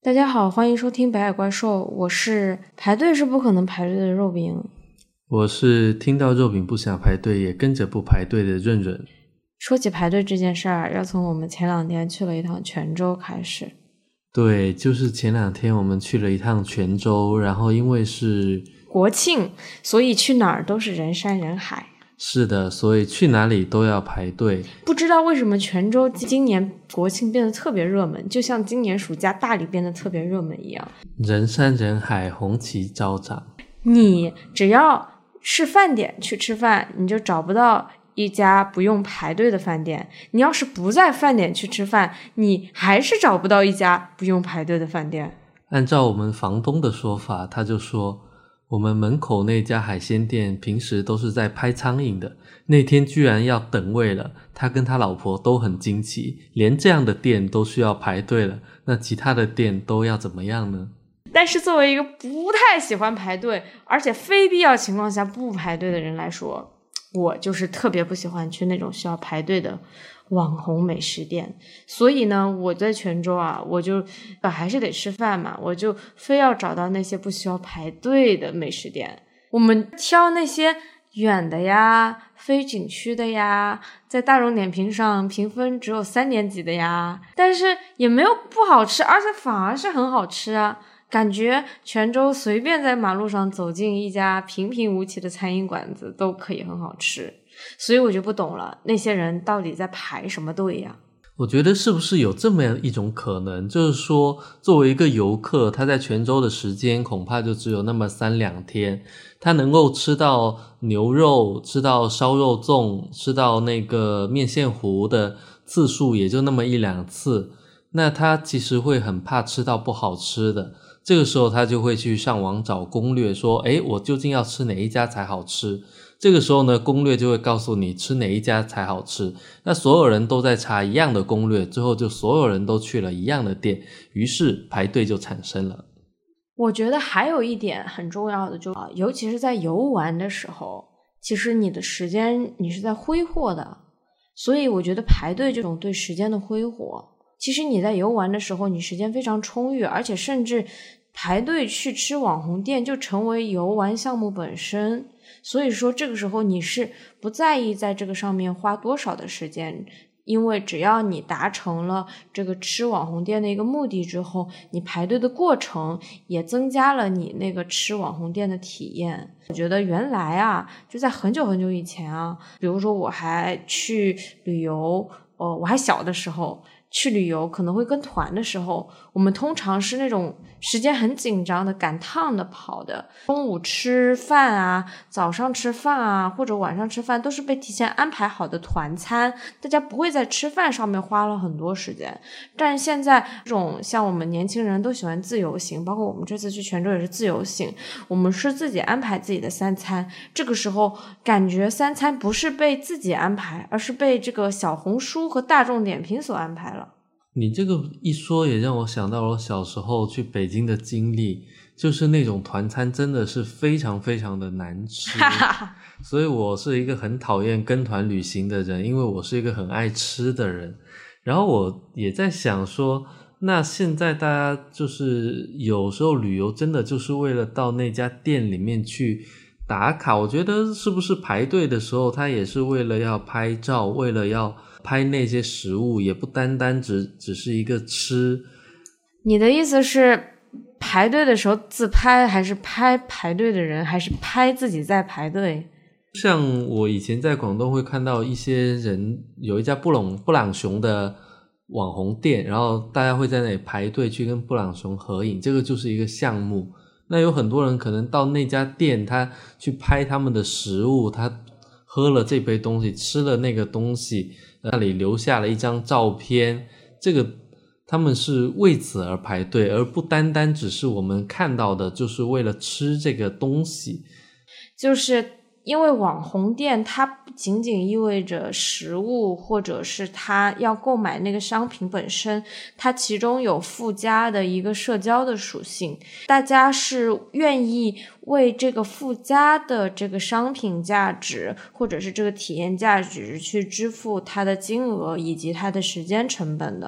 大家好，欢迎收听北海怪兽，我是排队是不可能排队的肉饼。 我是听到肉饼不想排队也跟着不排队的润润。 说起排队这件事儿，要从我们前2天去了一趟泉州开始。 对，就是前2天我们去了一趟泉州，然后因为是国庆，所以去哪儿都是人山人海。 是的，所以去哪里都要排队。 不知道为什么泉州今年国庆变得特别热门，就像今年暑假大理变得特别热门一样。 人山人海，红旗招展。 你只要是饭点去吃饭，你就找不到一家不用排队的饭店。你要是不在饭点去吃饭，你还是找不到一家不用排队的饭店。 按照我们房东的说法，他就说我们门口那家海鲜店平时都是在拍苍蝇的，那天居然要等位了，他跟他老婆都很惊奇，连这样的店都需要排队了，那其他的店都要怎么样呢？ 但是作为一个不太喜欢排队，而且非必要情况下不排队的人来说，我就是特别不喜欢去那种需要排队的网红美食店。所以呢，我在泉州啊，我就还是得吃饭嘛，我就非要找到那些不需要排队的美食店。我们挑那些远的呀，非景区的呀，在大众点评上评分只有3点几的呀，但是也没有不好吃，而且反而是很好吃啊。感觉泉州随便在马路上走进一家平平无奇的餐饮馆子都可以很好吃，所以我就不懂了，那些人到底在排什么队呀？ 我觉得是不是有这么一种可能，就是说作为一个游客，他在泉州的时间恐怕就只有那么3-2天，他能够吃到牛肉，吃到烧肉粽，吃到那个面线糊的次数也就那么1-2次，那他其实会很怕吃到不好吃的，这个时候他就会去上网找攻略，说我究竟要吃哪一家才好吃。这个时候呢，攻略就会告诉你吃哪一家才好吃，那所有人都在查一样的攻略，最后就所有人都去了一样的店，于是排队就产生了。 我觉得还有一点很重要的，尤其是在游玩的时候，其实你的时间你是在挥霍的，所以我觉得排队这种对时间的挥霍，其实你在游玩的时候你时间非常充裕，而且甚至排队去吃网红店就成为游玩项目本身。所以说这个时候你是不在意在这个上面花多少的时间，因为只要你达成了这个吃网红店的一个目的之后，你排队的过程也增加了你那个吃网红店的体验。我觉得原来啊，就在很久很久以前啊，比如说我还去旅游，我还小的时候去旅游，可能会跟团的时候，我们通常是那种时间很紧张的赶趟的跑的，中午吃饭啊，早上吃饭啊，或者晚上吃饭都是被提前安排好的团餐，大家不会在吃饭上面花了很多时间。但是现在这种像我们年轻人都喜欢自由行，包括我们这次去泉州也是自由行，我们是自己安排自己的3餐，这个时候感觉3餐不是被自己安排，而是被这个小红书和大众点评所安排了。 你这个一说也让我想到了我小时候去北京的经历，就是那种团餐真的是非常非常的难吃所以我是一个很讨厌跟团旅行的人，因为我是一个很爱吃的人。然后我也在想说，那现在大家就是有时候旅游真的就是为了到那家店里面去打卡，我觉得是不是排队的时候他也是为了要拍照，为了要拍那些食物，也不单单只是一个吃。 你的意思是排队的时候自拍，还是拍排队的人，还是拍自己在排队？ 像我以前在广东会看到一些人有一家布朗熊的网红店，然后大家会在那里排队去跟布朗熊合影，这个就是一个项目。那有很多人可能到那家店，他去拍他们的食物，他喝了这杯东西，吃了那个东西，那里留下了一张照片，这个他们是为此而排队，而不单单只是我们看到的就是为了吃这个东西。 就是因为网红店它不仅仅意味着食物，或者是它要购买那个商品本身，它其中有附加的一个社交的属性，大家是愿意为这个附加的这个商品价值或者是这个体验价值去支付它的金额以及它的时间成本的。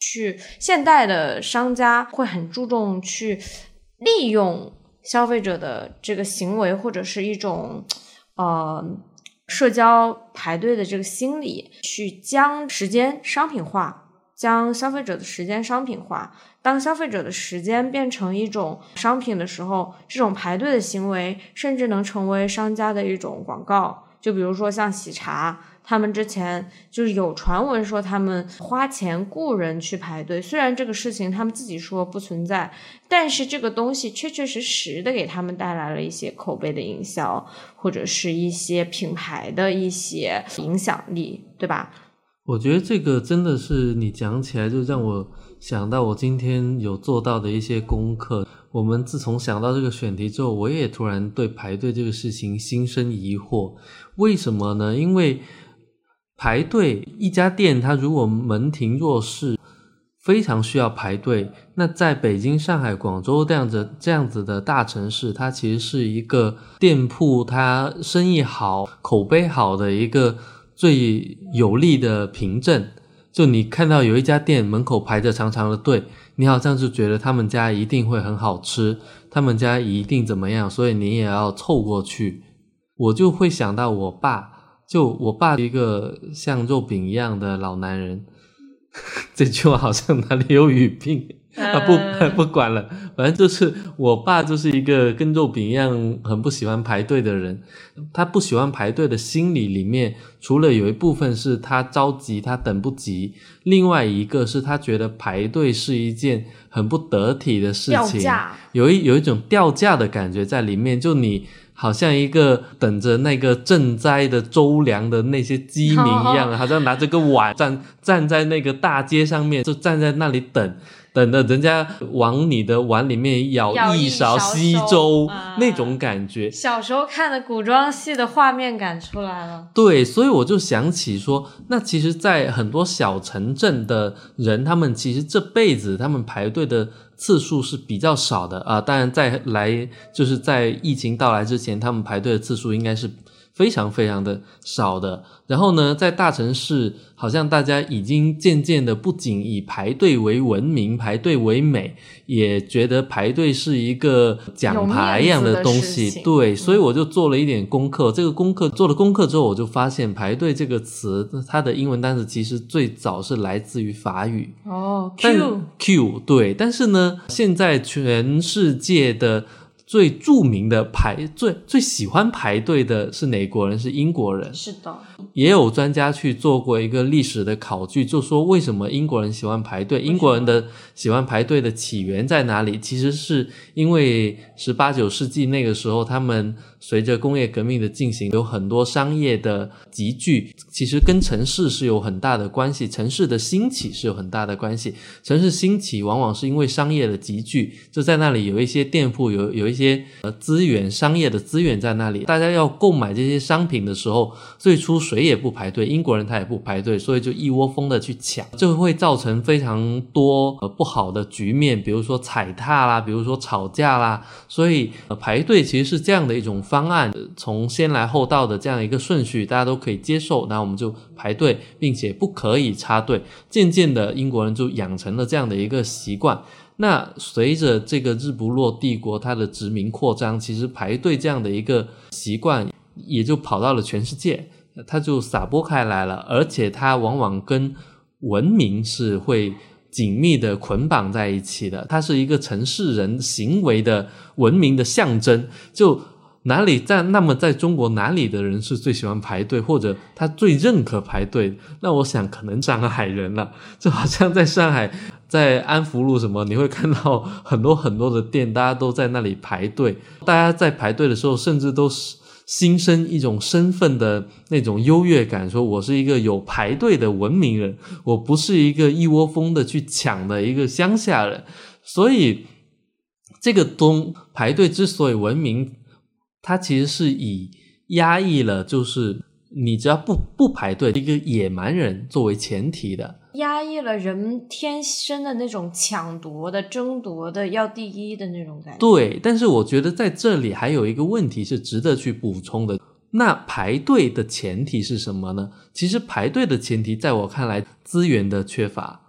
现代的商家会很注重去利用消费者的这个行为，或者是一种社交排队的这个心理，去将时间商品化，将消费者的时间商品化。当消费者的时间变成一种商品的时候，这种排队的行为甚至能成为商家的一种广告。就比如说像喜茶，他们之前就是有传闻说他们花钱雇人去排队，虽然这个事情他们自己说不存在，但是这个东西确确实实的给他们带来了一些口碑的营销，或者是一些品牌的一些影响力，对吧？ 我觉得这个真的是你讲起来就让我想到我今天有做到的一些功课。我们自从想到这个选题之后，我也突然对排队这个事情心生疑惑。为什么呢？因为排队一家店它如果门庭若市，非常需要排队，那在北京、上海、广州这样子的大城市，它其实是一个店铺它生意好、口碑好的一个最有力的凭证。就你看到有一家店门口排着长长的队，你好像就觉得他们家一定会很好吃，他们家一定怎么样，所以你也要凑过去。我就会想到我爸一个像肉饼一样的老男人这句话好像哪里有语病不管了，反正就是我爸就是一个跟肉饼一样很不喜欢排队的人。他不喜欢排队的心理里面，除了有一部分是他着急他等不及，另外一个是他觉得排队是一件很不得体的事情， 掉价， 有一种掉价的感觉在里面。就你好像一个等着那个赈灾的周粮的那些饥民一样，好像拿着个碗站在那个大街上面，就站在那里等着人家往你的碗里面舀一勺稀粥，那种感觉。 小时候看的古装戏的画面感出来了。 对，所以我就想起说，那其实在很多小城镇的人，他们其实这辈子他们排队的次数是比较少的啊。当然就是在疫情到来之前，他们排队的次数应该是非常非常的少的。然后呢，在大城市好像大家已经渐渐的不仅以排队为文明，排队为美，也觉得排队是一个奖牌一样的东西。对，所以我就做了一点功课。这个做了功课之后，我就发现排队这个词它的英文单词其实最早是来自于法语。Q 对，但是呢，现在全世界的最著名的最喜欢排队的是哪国人？是英国人。 是的， 也有专家去做过一个历史的考据，就说为什么英国人喜欢排队，英国人的喜欢排队的起源在哪里？其实是因为18、19世纪那个时候，他们随着工业革命的进行，有很多商业的集聚，其实跟城市是有很大的关系，城市的兴起是有很大的关系。城市兴起往往是因为商业的集聚，就在那里有一些店铺，有一些资源，商业的资源在那里，大家要购买这些商品的时候，最初谁也不排队，英国人他也不排队，所以就一窝蜂的去抢，就会造成非常多不好的局面，比如说踩踏啦，比如说吵架啦。所以排队其实是这样的一种方案，从先来后到的这样一个顺序，大家都可以接受，那我们就排队，并且不可以插队。渐渐的英国人就养成了这样的一个习惯。那随着这个日不落帝国它的殖民扩张，其实排队这样的一个习惯也就跑到了全世界，它就撒播开来了，而且它往往跟文明是会紧密的捆绑在一起的，它是一个城市人行为的文明的象征。就那么在中国哪里的人是最喜欢排队，或者他最认可排队？那我想可能上海人了，就好像在上海，在安福路什么，你会看到很多很多的店，大家都在那里排队。大家在排队的时候，甚至都是心生一种身份的那种优越感，说我是一个有排队的文明人，我不是一个一窝蜂的去抢的一个乡下人。所以这个排队之所以文明，它其实是以压抑了就是你只要不排队一个野蛮人作为前提的， 压抑了人天生的那种抢夺的争夺的要第一的那种感觉。 对，但是我觉得在这里还有一个问题是值得去补充的。那排队的前提是什么呢？其实排队的前提在我看来资源的缺乏，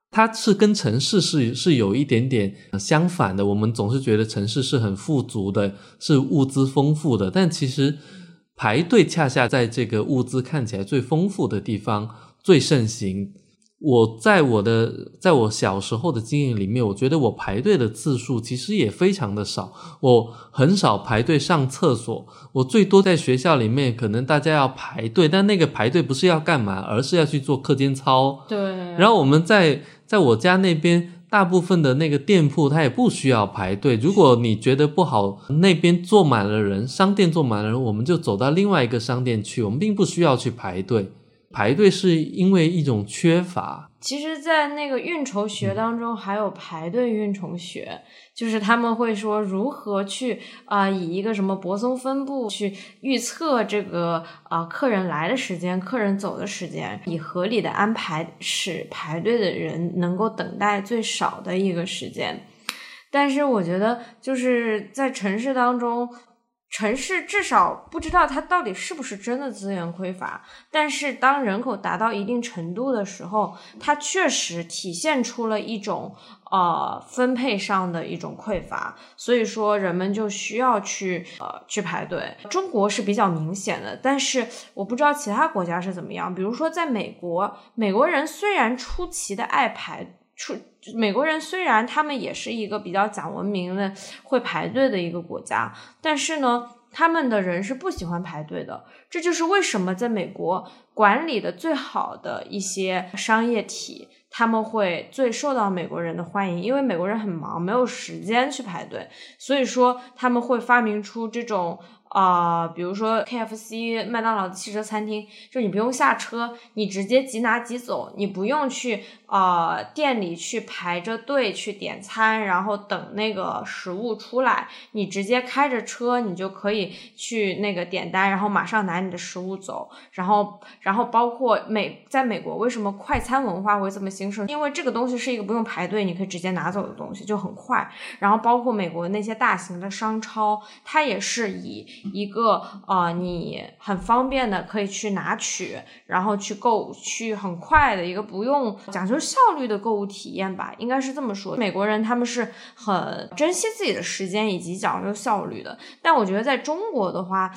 它是跟城市是有一点点相反的。我们总是觉得城市是很富足的，是物资丰富的，但其实排队恰恰在这个物资看起来最丰富的地方最盛行。在我小时候的经验里面，我觉得我排队的次数其实也非常的少，我很少排队上厕所，我最多在学校里面可能大家要排队，但那个排队不是要干嘛，而是要去做课间操。 对。 然后我们在我家那边大部分的那个店铺它也不需要排队，如果你觉得不好，那边坐满了人，商店坐满了人，我们就走到另外一个商店去，我们并不需要去排队。排队是因为一种缺乏。 其实在那个运筹学当中还有排队运筹学，就是他们会说如何去以一个什么泊松分布去预测这个客人来的时间，客人走的时间，以合理的安排使排队的人能够等待最少的一个时间。但是我觉得就是在城市当中，城市至少不知道它到底是不是真的资源匮乏，但是当人口达到一定程度的时候，它确实体现出了一种分配上的一种匮乏，所以说人们就需要去排队。中国是比较明显的，但是我不知道其他国家是怎么样。比如说在美国，美国人虽然出奇的爱美国人虽然他们也是一个比较讲文明的会排队的一个国家，但是呢他们的人是不喜欢排队的。这就是为什么在美国管理的最好的一些商业体，他们会最受到美国人的欢迎，因为美国人很忙，没有时间去排队，所以说他们会发明出这种比如说 KFC 麦当劳的汽车餐厅，就你不用下车，你直接即拿即走，你不用去店里去排着队去点餐，然后等那个食物出来，你直接开着车，你就可以去那个点单，然后马上拿你的食物走。然后包括在美国为什么快餐文化会这么兴盛，因为这个东西是一个不用排队你可以直接拿走的东西，就很快。然后包括美国那些大型的商超，它也是以一个你很方便的可以去拿取，然后去很快的一个不用讲究效率的购物体验吧，应该是这么说。美国人他们是很珍惜自己的时间以及讲究效率的，但我觉得在中国的话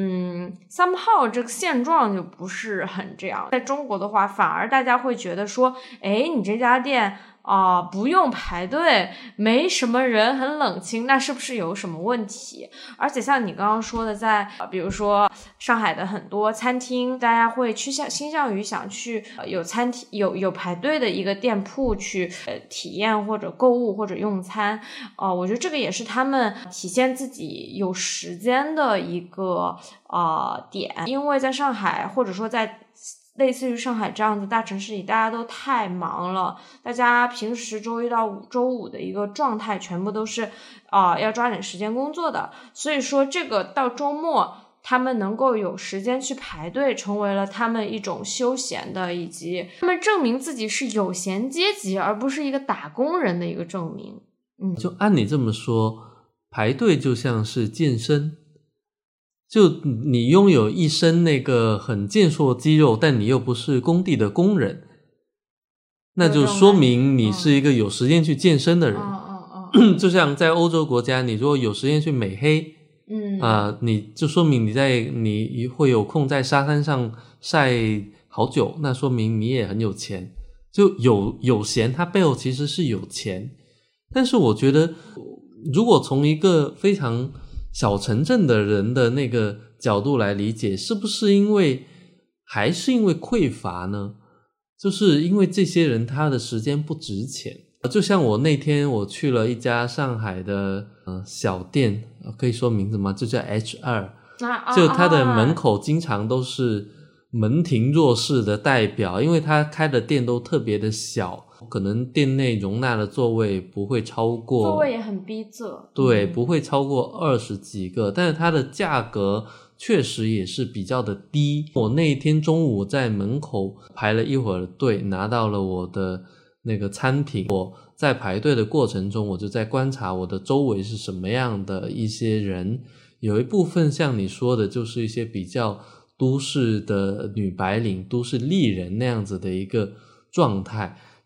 somehow 这个现状就不是很这样。在中国的话，反而大家会觉得说，诶，你这家店不用排队，没什么人，很冷清，那是不是有什么问题？而且像你刚刚说的，在比如说上海的很多餐厅，大家会倾向于想去有餐厅有排队的一个店铺去体验或者购物或者用餐。我觉得这个也是他们体现自己有时间的一个点，因为在上海或者说在类似于上海这样子大城市里，大家都太忙了，大家平时周一到周五的一个状态全部都是要抓紧时间工作的，所以说这个到周末他们能够有时间去排队，成为了他们一种休闲的，以及他们证明自己是有闲阶级而不是一个打工人的一个证明。 就按你这么说，排队就像是健身，就你拥有一身那个很健硕肌肉，但你又不是工地的工人，那就说明你是一个有时间去健身的人。就像在欧洲国家，你如果有时间去美黑，你就说明你会有空在沙滩上晒好久，那说明你也很有钱。就有闲，它背后其实是有钱。但是我觉得如果从一个非常小城镇的人的那个角度来理解，是不是还是因为匮乏呢？就是因为这些人他的时间不值钱。就像我那天我去了一家上海的小店，可以说名字吗？就叫 H2，就他的门口经常都是门庭若市的代表，因为他开的店都特别的小，可能店内容纳的座位不会超过， 座位也很逼仄， 对，不会超过20几个，但是它的价格确实也是比较的低。我那一天中午在门口排了一会儿队，拿到了我的那个餐品。我在排队的过程中，我就在观察我的周围是什么样的一些人，有一部分像你说的，就是一些比较都市的女白领、都市丽人那样子的一个状态。就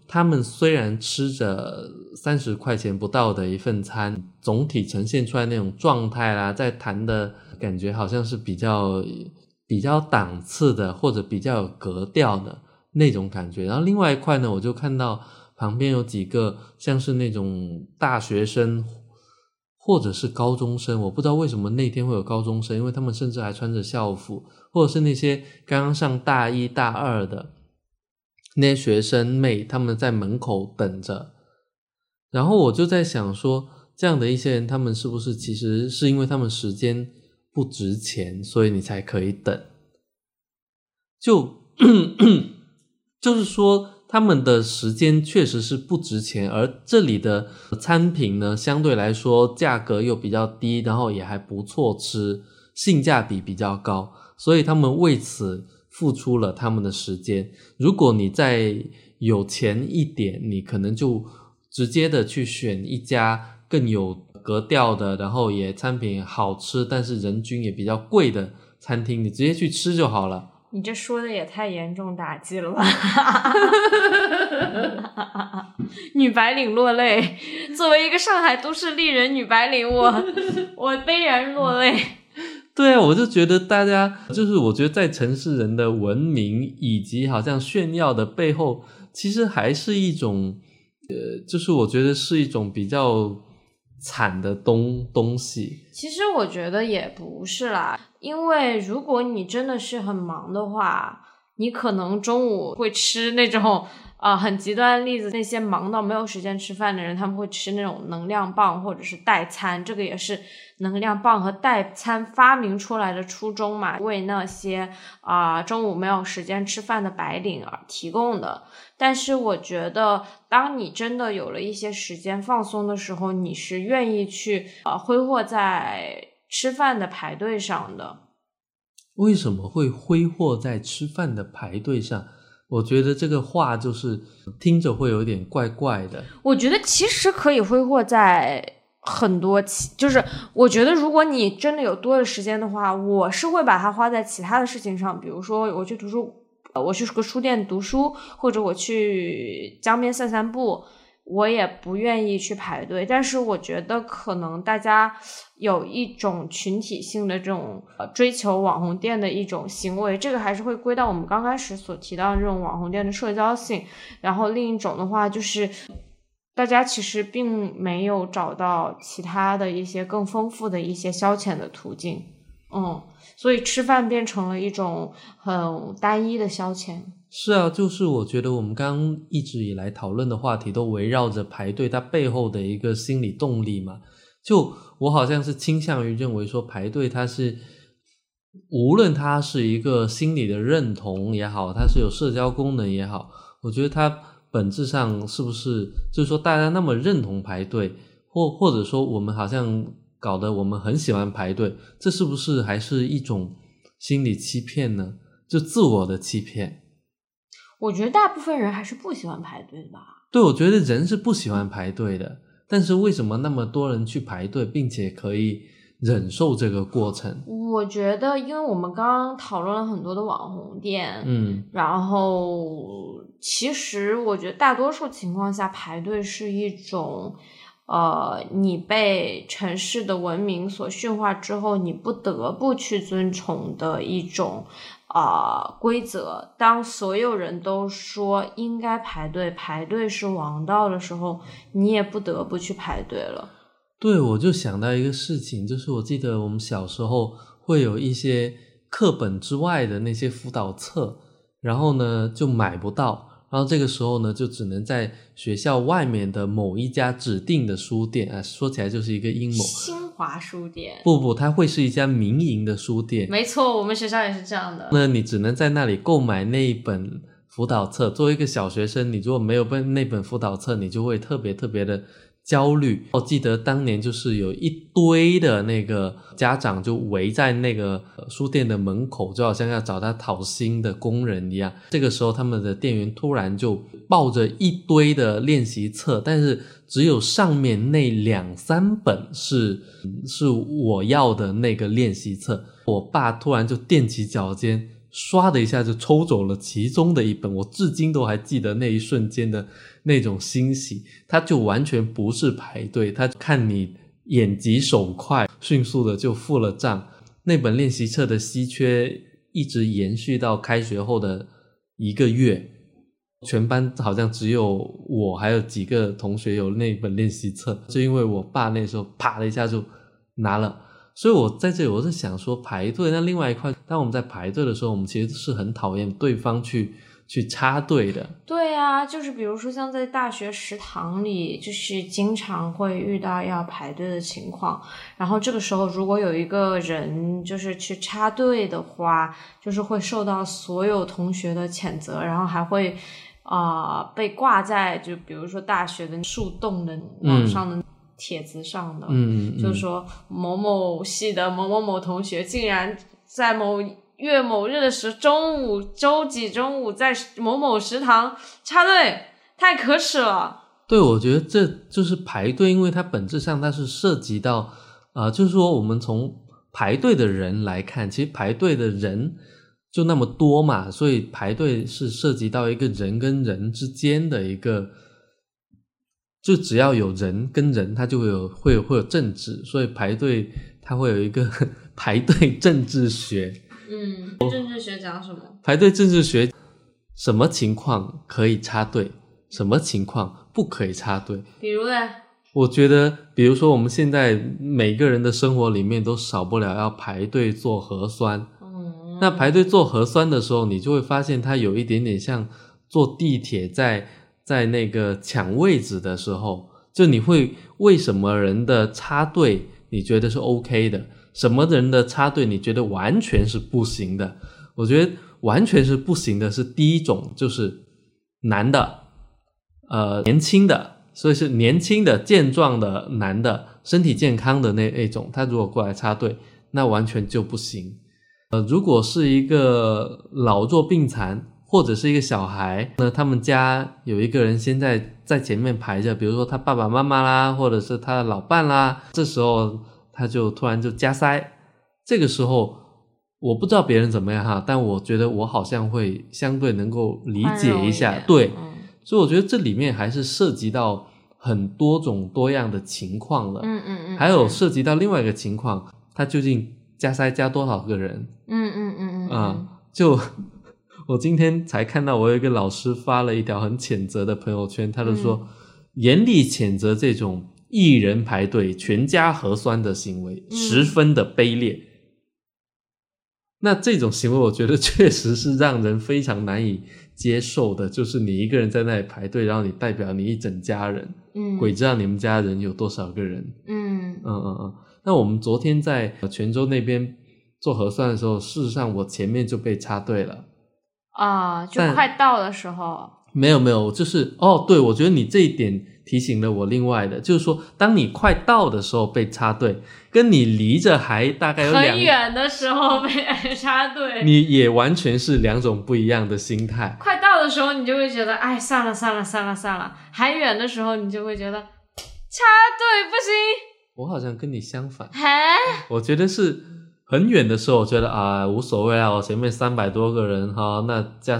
他们虽然吃着30块钱不到的一份餐，总体呈现出来那种状态啦，在谈的感觉好像是比较档次的，或者比较有格调的那种感觉。然后另外一块呢，我就看到旁边有几个像是那种大学生或者是高中生，我不知道为什么那天会有高中生，因为他们甚至还穿着校服，或者是那些刚刚上大一大二的那些学生妹，他们在门口等着。然后我就在想说，这样的一些人，他们是不是其实是因为他们时间不值钱，所以你才可以等？就是说他们的时间确实是不值钱，而这里的餐品呢，相对来说价格又比较低，然后也还不错吃，性价比比较高，所以他们为此付出了他们的时间。如果你再有钱一点，你可能就直接的去选一家更有格调的，然后也餐品好吃，但是人均也比较贵的餐厅，你直接去吃就好了。 你这说的也太严重打击了吧女白领落泪，作为一个上海都市丽人女白领，我悲然落泪。 对啊，我就觉得大家就是我觉得在城市人的文明以及好像炫耀的背后，其实还是一种就是我觉得是一种比较惨的东西。 其实我觉得也不是啦，因为如果你真的是很忙的话，你可能中午会吃那种很极端的例子，那些忙到没有时间吃饭的人，他们会吃那种能量棒或者是代餐，这个也是能量棒和代餐发明出来的初衷嘛，为那些中午没有时间吃饭的白领而提供的。但是我觉得当你真的有了一些时间放松的时候，你是愿意去挥霍在吃饭的排队上的。 为什么会挥霍在吃饭的排队上？我觉得这个话就是听着会有点怪怪的。 我觉得其实可以挥霍在很多就是我觉得如果你真的有多的时间的话，我是会把它花在其他的事情上，比如说我去个书店读书，或者我去江边散散步，我也不愿意去排队。但是我觉得可能大家有一种群体性的这种追求网红店的一种行为，这个还是会归到我们刚开始所提到的这种网红店的社交性。然后另一种的话就是大家其实并没有找到其他的一些更丰富的一些消遣的途径。所以吃饭变成了一种很单一的消遣。 是啊，就是我觉得我们刚刚一直以来讨论的话题都围绕着排队它背后的一个心理动力嘛。就我好像是倾向于认为说排队它是无论它是一个心理的认同也好，它是有社交功能也好，我觉得它本质上是不是就是说大家那么认同排队，或者说我们好像搞得我们很喜欢排队，这是不是还是一种心理欺骗呢？就自我的欺骗。 我觉得大部分人还是不喜欢排队吧。 对，我觉得人是不喜欢排队的，但是为什么那么多人去排队并且可以忍受这个过程？ 我觉得因为我们刚刚讨论了很多的网红店，然后其实我觉得大多数情况下排队是一种你被城市的文明所驯化之后，你不得不去遵从的一种规则。当所有人都说应该排队，排队是王道的时候，你也不得不去排队了。 对，我就想到一个事情，就是我记得我们小时候会有一些课本之外的那些辅导册，然后呢就买不到，然后这个时候呢就只能在学校外面的某一家指定的书店，说起来就是一个阴谋。 新华书店？不， 它会是一家民营的书店。 没错，我们学校也是这样的。 那你只能在那里购买那一本辅导册。作为一个小学生，你如果没有那本辅导册，你就会特别特别的焦虑。我记得当年就是有一堆的那个家长就围在那个书店的门口，就好像要找他讨薪的工人一样。这个时候他们的店员突然就抱着一堆的练习册，但是只有上面那2-3本是我要的那个练习册。我爸突然就踮起脚尖唰的一下就抽走了其中的一本，我至今都还记得那一瞬间的那种欣喜。它就完全不是排队，它看你眼疾手快，迅速的就付了账。那本练习册的稀缺一直延续到开学后的1个月，全班好像只有我还有几个同学有那本练习册，就因为我爸那时候啪的一下就拿了。所以我在这里我是想说排队，那另外一块，当我们在排队的时候，我们其实是很讨厌对方去插队的。 对啊，就是比如说像在大学食堂里，就是经常会遇到要排队的情况，然后这个时候如果有一个人就是去插队的话，就是会受到所有同学的谴责，然后还会被挂在就比如说大学的树洞的网上的帖子上的，就是说某某系的某某某同学竟然在某月某日的周几中午在某某食堂插队，太可耻了。 对，我觉得这就是排队，因为它本质上它是涉及到就是说我们从排队的人来看，其实排队的人就那么多嘛，所以排队是涉及到一个人跟人之间的一个，就只要有人跟人，它就会有政治，所以排队它会有一个排队政治学。 政治学讲什么？ 排队政治学，什么情况可以插队，什么情况不可以插队？ 比如呢？ 我觉得，比如说我们现在每个人的生活里面都少不了要排队做核酸。那排队做核酸的时候，你就会发现它有一点点像坐地铁在那个抢位置的时候，就你会为什么人的插队你觉得是 OK 的，什么人的插队你觉得完全是不行的。我觉得完全是不行的是第一种，就是男的年轻的，所以是年轻的健壮的男的身体健康的那种，他如果过来插队那完全就不行。如果是一个老弱病残或者是一个小孩呢，他们家有一个人现在前面排着，比如说他爸爸妈妈啦，或者是他的老伴啦，这时候他就突然就加塞，这个时候我不知道别人怎么样哈，但我觉得我好像会相对能够理解一下，对，所以我觉得这里面还是涉及到很多种多样的情况了，还有涉及到另外一个情况，他究竟加塞加多少个人？就我今天才看到，我有一个老师发了一条很谴责的朋友圈，他就说严厉谴责这种一人排队全家核酸的行为，十分的卑劣。那这种行为我觉得确实是让人非常难以接受的，就是你一个人在那里排队，然后你代表你一整家人，鬼知道你们家人有多少个人。那我们昨天在泉州那边做核酸的时候，事实上我前面就被插队了就快到的时候。 没有，就是对，我觉得你这一点提醒了我另外的，就是说当你快到的时候被插队，跟你离着还大概有很远的时候被插队， 你也完全是两种不一样的心态。 快到的时候你就会觉得哎算了，还远的时候你就会觉得插队不行。 我好像跟你相反，我觉得是很远的时候我觉得无所谓啊，我前面300多个人那加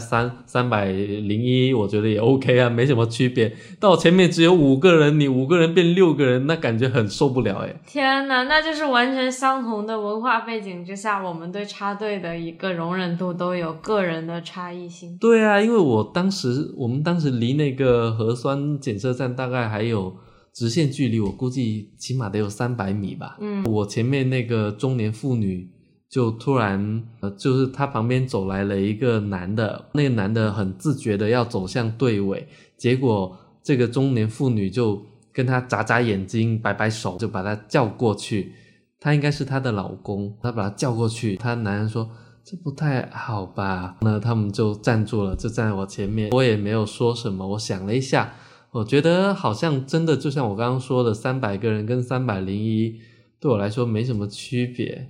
301我觉得也 OK 啊，没什么区别。到我前面只有5个人，你5个人变6个人，那感觉很受不了耶。 天哪，那就是完全相同的文化背景之下，我们对插队的一个容忍度都有个人的差异性。 对啊，因为我们当时离那个核酸检测站大概还有直线距离，我估计起码得有300米吧。我前面那个中年妇女就突然就是她旁边走来了一个男的，那个男的很自觉的要走向队尾，结果这个中年妇女就跟他眨眨眼睛摆摆手，就把他叫过去。他应该是她的老公，他把他叫过去，他男人说这不太好吧，那他们就站住了，就站在我前面，我也没有说什么。我想了一下，我觉得好像真的就像我刚刚说的300个人跟301对我来说没什么区别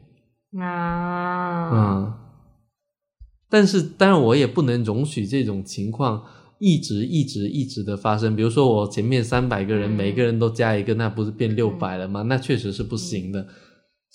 但是当然我也不能容许这种情况一直的发生。比如说我前面300个人每个人都加一个，那不是变600了吗？那确实是不行的。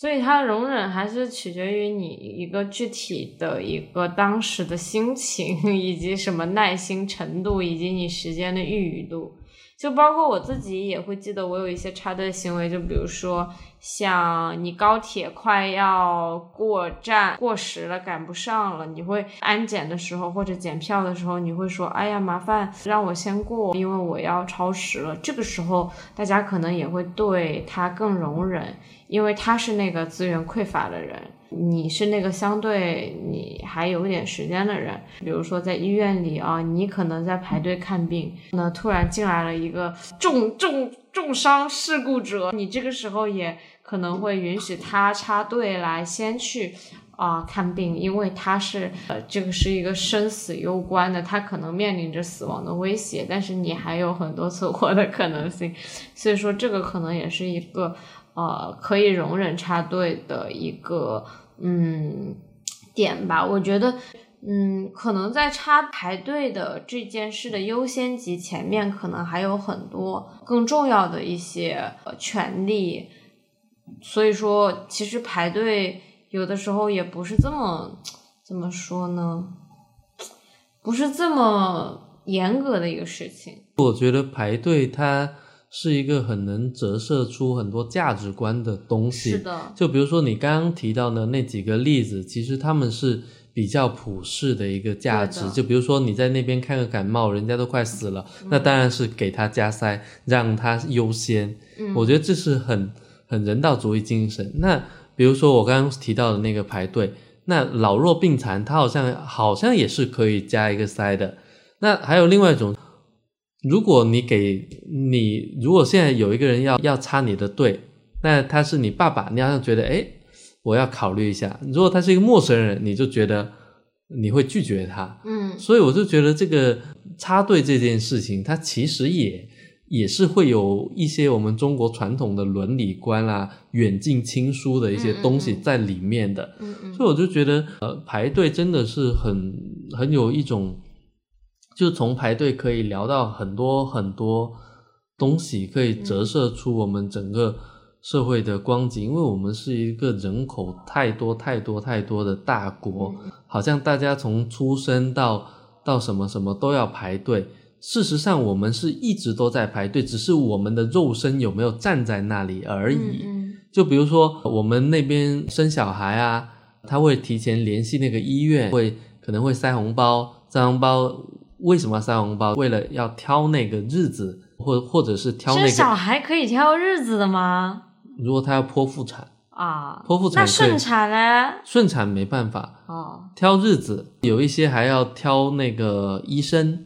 所以它容忍还是取决于你一个具体的一个当时的心情，以及什么耐心程度，以及你时间的预余度。就包括我自己也会记得我有一些插队行为，就比如说像你高铁快要过站过时了赶不上了，你会安检的时候或者检票的时候你会说哎呀麻烦让我先过，因为我要超时了。这个时候大家可能也会对他更容忍，因为他是那个资源匮乏的人，你是那个相对你还有一点时间的人。比如说在医院里啊，你可能在排队看病，那突然进来了一个重伤事故者，你这个时候也可能会允许他插队来先去看病，因为他是这个是一个生死攸关的，他可能面临着死亡的威胁，但是你还有很多存活的可能性。所以说这个可能也是一个可以容忍插队的一个点吧。我觉得可能在排队的这件事的优先级前面，可能还有很多更重要的一些权利。所以说其实排队有的时候也不是这么怎么说呢，不是这么严格的一个事情。 我觉得排队它是一个很能折射出很多价值观的东西。 是的， 就比如说你刚刚提到的那几个例子，其实他们是比较普世的一个价值。就比如说你在那边看个感冒，人家都快死了，那当然是给他加塞，让他优先。我觉得这是很人道主义精神。那比如说我刚刚提到的那个排队，那老弱病残他好像也是可以加一个塞的。那还有另外一种，如果如果现在有一个人要插你的队，那他是你爸爸，你好像觉得我要考虑一下。如果他是一个陌生人，你就觉得你会拒绝他。所以我就觉得这个插队这件事情，它其实也是会有一些我们中国传统的伦理观啦、远近亲疏的一些东西在里面的。所以我就觉得排队真的是很有一种，就从排队可以聊到很多很多东西，可以折射出我们整个社会的光景。因为我们是一个人口太多的大国，好像大家从出生到什么什么都要排队。事实上我们是一直都在排队，只是我们的肉身有没有站在那里而已。就比如说我们那边生小孩啊，他会提前联系那个医院，可能会塞红包。为什么要塞红包？为了要挑那个日子，或者是挑那个。 生小孩可以挑日子的吗？ 如果他要剖腹产剖腹产那顺产呢？ 顺产没办法挑日子，有一些还要挑那个医生。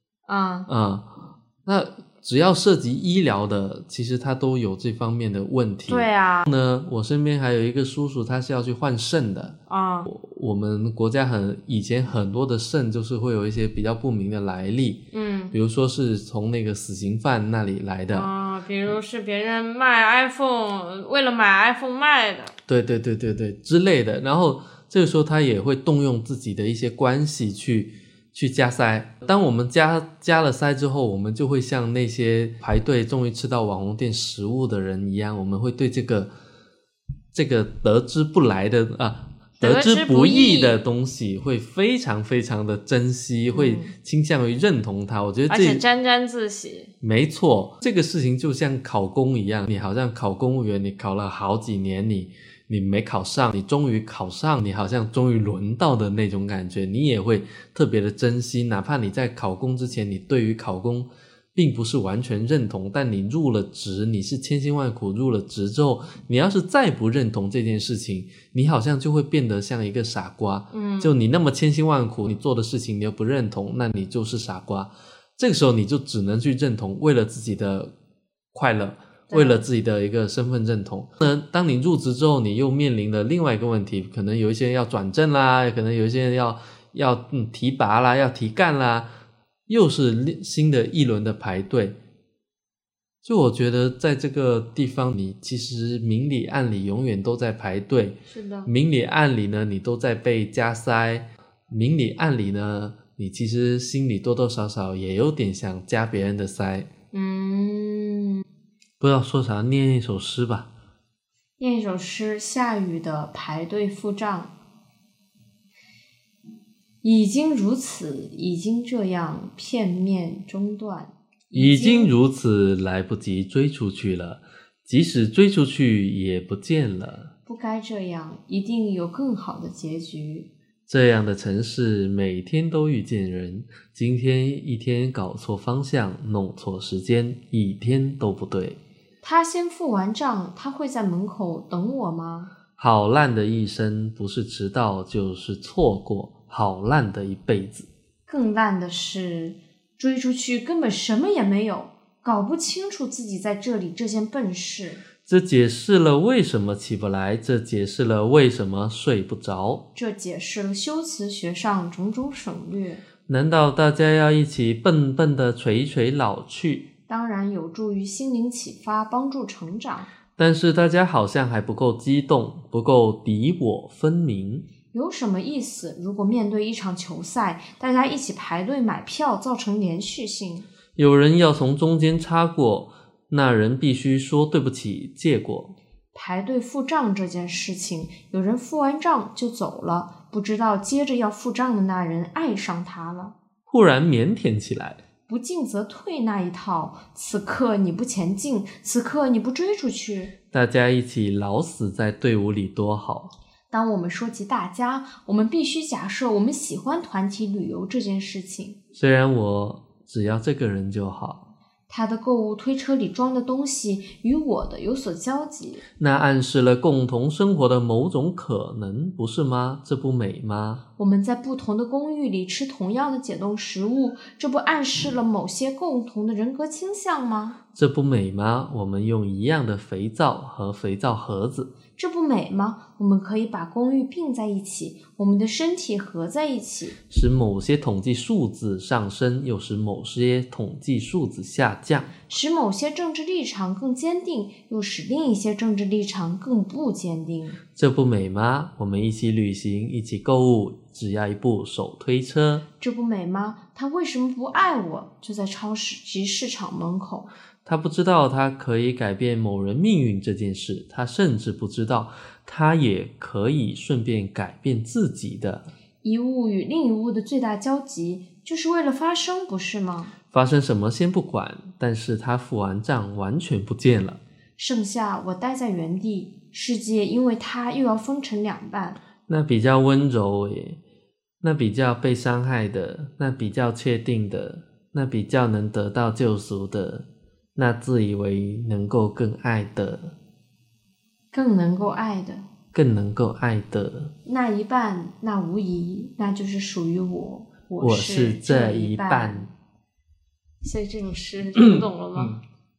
那只要涉及医疗的，其实他都有这方面的问题。 对啊。 我身边还有一个叔叔，他是要去换肾的。我们国家以前很多的肾就是会有一些比较不明的来历。比如说是从那个死刑犯那里来的。 比如是别人卖 iPhone， 为了买 iPhone 卖的。 对之类的。然后这个时候他也会动用自己的一些关系去加塞。当我们加了塞之后，我们就会像那些排队终于吃到网红店食物的人一样，我们会对这个得之不易的东西会非常非常的珍惜，会倾向于认同它。我觉得而且沾沾自喜。 没错，这个事情就像考公一样，你好像考公务员，你考了好几年，你没考上，你终于考上，你好像终于轮到的那种感觉，你也会特别的珍惜。哪怕你在考公之前，你对于考公并不是完全认同，但你入了职，你是千辛万苦入了职之后，你要是再不认同这件事情，你好像就会变得像一个傻瓜。就你那么千辛万苦你做的事情你又不认同，那你就是傻瓜。这个时候你就只能去认同，为了自己的快乐，为了自己的一个身份认同。当你入职之后，你又面临了另外一个问题，可能有一些人要转正啦，可能有一些人要提拔啦，要提干啦，又是新的一轮的排队。就我觉得在这个地方，你其实明里暗里永远都在排队。 是的。 明里暗里呢，你都在被加塞。明里暗里呢，你其实心里多多少少也有点想加别人的塞。不知道说啥，念一首诗吧。 念一首诗，夏雨的排队付账。已经如此，已经这样，片面中断。 已经如此，来不及追出去了，即使追出去也不见了。 不该这样，一定有更好的结局。 这样的城市每天都遇见人，今天一天搞错方向，弄错时间，一天都不对。 他先付完账，他会在门口等我吗？ 好烂的一生，不是迟到就是错过，好烂的一辈子。 更烂的是，追出去根本什么也没有，搞不清楚自己在这里这件笨事。 这解释了为什么起不来，这解释了为什么睡不着， 这解释了修辞学上种种省略。 难道大家要一起笨笨的垂垂老去？ 当然有助于心灵启发，帮助成长。 但是大家好像还不够激动，不够敌我分明。 有什么意思？如果面对一场球赛，大家一起排队买票，造成连续性。 有人要从中间插过，那人必须说对不起，借过。 排队付账这件事情，有人付完账就走了，不知道接着要付账的那人爱上他了， 忽然腼腆起来。 不进则退那一套，此刻你不前进，此刻你不追出去， 大家一起老死在队伍里多好。 当我们说起大家，我们必须假设我们喜欢团体旅游这件事情。 虽然我只要这个人就好。 他的购物推车里装的东西与我的有所交集， 那暗示了共同生活的某种可能，不是吗？这不美吗？ 我们在不同的公寓里吃同样的解冻食物，这不暗示了某些共同的人格倾向吗？ 这不美吗？我们用一样的肥皂和肥皂盒子， 这不美吗？我们可以把公寓并在一起，我们的身体合在一起， 使某些统计数字上升，又使某些统计数字下降， 使某些政治立场更坚定，又使另一些政治立场更不坚定。 这不美吗？我们一起旅行，一起购物，只要一部手推车。 这不美吗？他为什么不爱我？就在超市及市场门口。 他不知道他可以改变某人命运这件事，他甚至不知道他也可以顺便改变自己的。 一物与另一物的最大交集，就是为了发生，不是吗？ 发生什么先不管，但是他付完账完全不见了。 剩下我待在原地，世界因为他又要分成两半。 那比较温柔耶，那比较被伤害的，那比较确定的，那比较能得到救赎的，那自以为能够更爱的， 更能够爱的， 更能够爱的那一半，那无疑，那就是属于我。 我是这一半。 所以这种诗听懂了吗？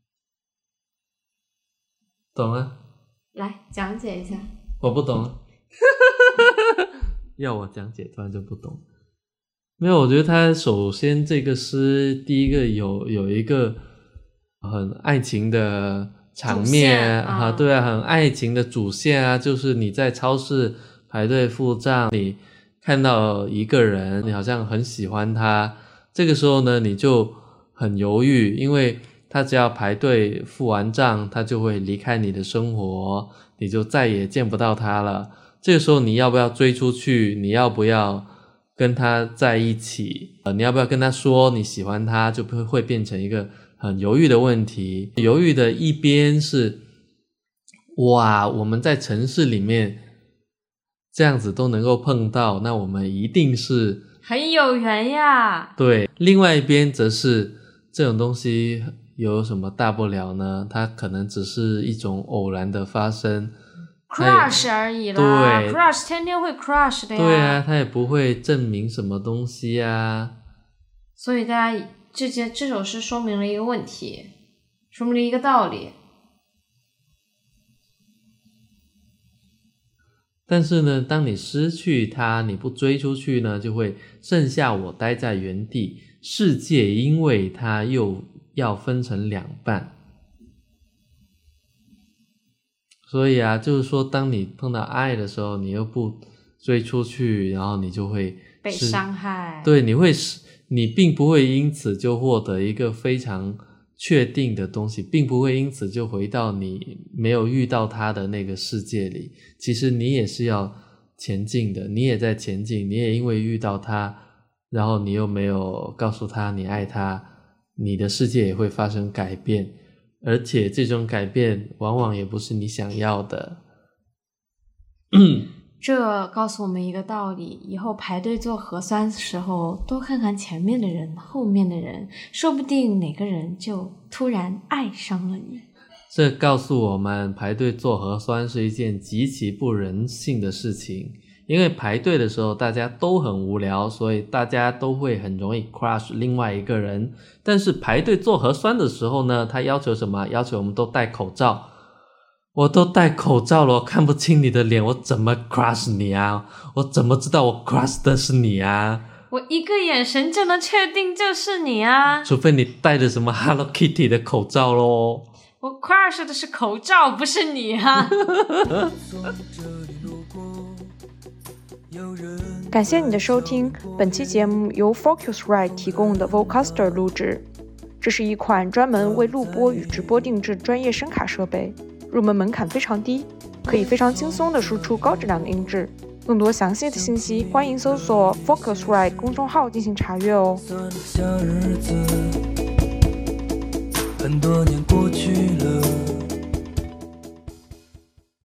懂了。 来讲解一下。 我不懂了。要我讲解突然就不懂。没有，我觉得他首先这个诗第一个有一个很爱情的场面啊，对啊，很爱情的主线啊，就是你在超市排队付账，你看到一个人，你好像很喜欢他，这个时候呢你就很犹豫，因为他只要排队付完账，他就会离开你的生活，你就再也见不到他了。这个时候你要不要追出去，你要不要跟他在一起，你要不要跟他说你喜欢他，就会变成一个很犹豫的问题。犹豫的一边是哇，我们在城市里面这样子都能够碰到，那我们一定是很有缘呀。 对，另外一边则是这种东西有什么大不了呢？它可能只是一种偶然的发生 ，crush 而已啦。对 ，crush 天天会 crush 的呀。 对啊，它也不会证明什么东西啊。 所以大家这首诗说明了一个问题，说明了一个道理。 但是呢，当你失去它，你不追出去呢，就会剩下我待在原地，世界因为它又要分成两半。所以啊，就是说当你碰到爱的时候，你又不追出去，然后你就会被伤害。 对，你并不会因此就获得一个非常确定的东西，并不会因此就回到你没有遇到他的那个世界里。其实你也是要前进的，你也在前进，你也因为遇到他，然后你又没有告诉他你爱他，你的世界也会发生改变，而且这种改变往往也不是你想要的。 这告诉我们一个道理，以后排队做核酸的时候多看看前面的人后面的人，说不定哪个人就突然爱上了你。 这告诉我们排队做核酸是一件极其不人性的事情，因为排队的时候大家都很无聊，所以大家都会很容易 crush 另外一个人。但是排队做核酸的时候呢，他要求什么？要求我们都戴口罩。我都戴口罩了，我看不清你的脸，我怎么 crush 你啊？我怎么知道我 crush 的是你啊？ 我一个眼神就能确定就是你啊， 除非你戴着什么 Hello Kitty 的口罩咯。 我 crush 的是口罩，不是你啊。 感谢你的收听，本期节目由 Focusrite 提供的 Vocaster 录制。这是一款专门为录播与直播定制的专业声卡设备，入门门槛非常低，可以非常轻松地输出高质量的音质。更多详细的信息，欢迎搜索 Focusrite 公众号进行查阅哦。 很多年过去了。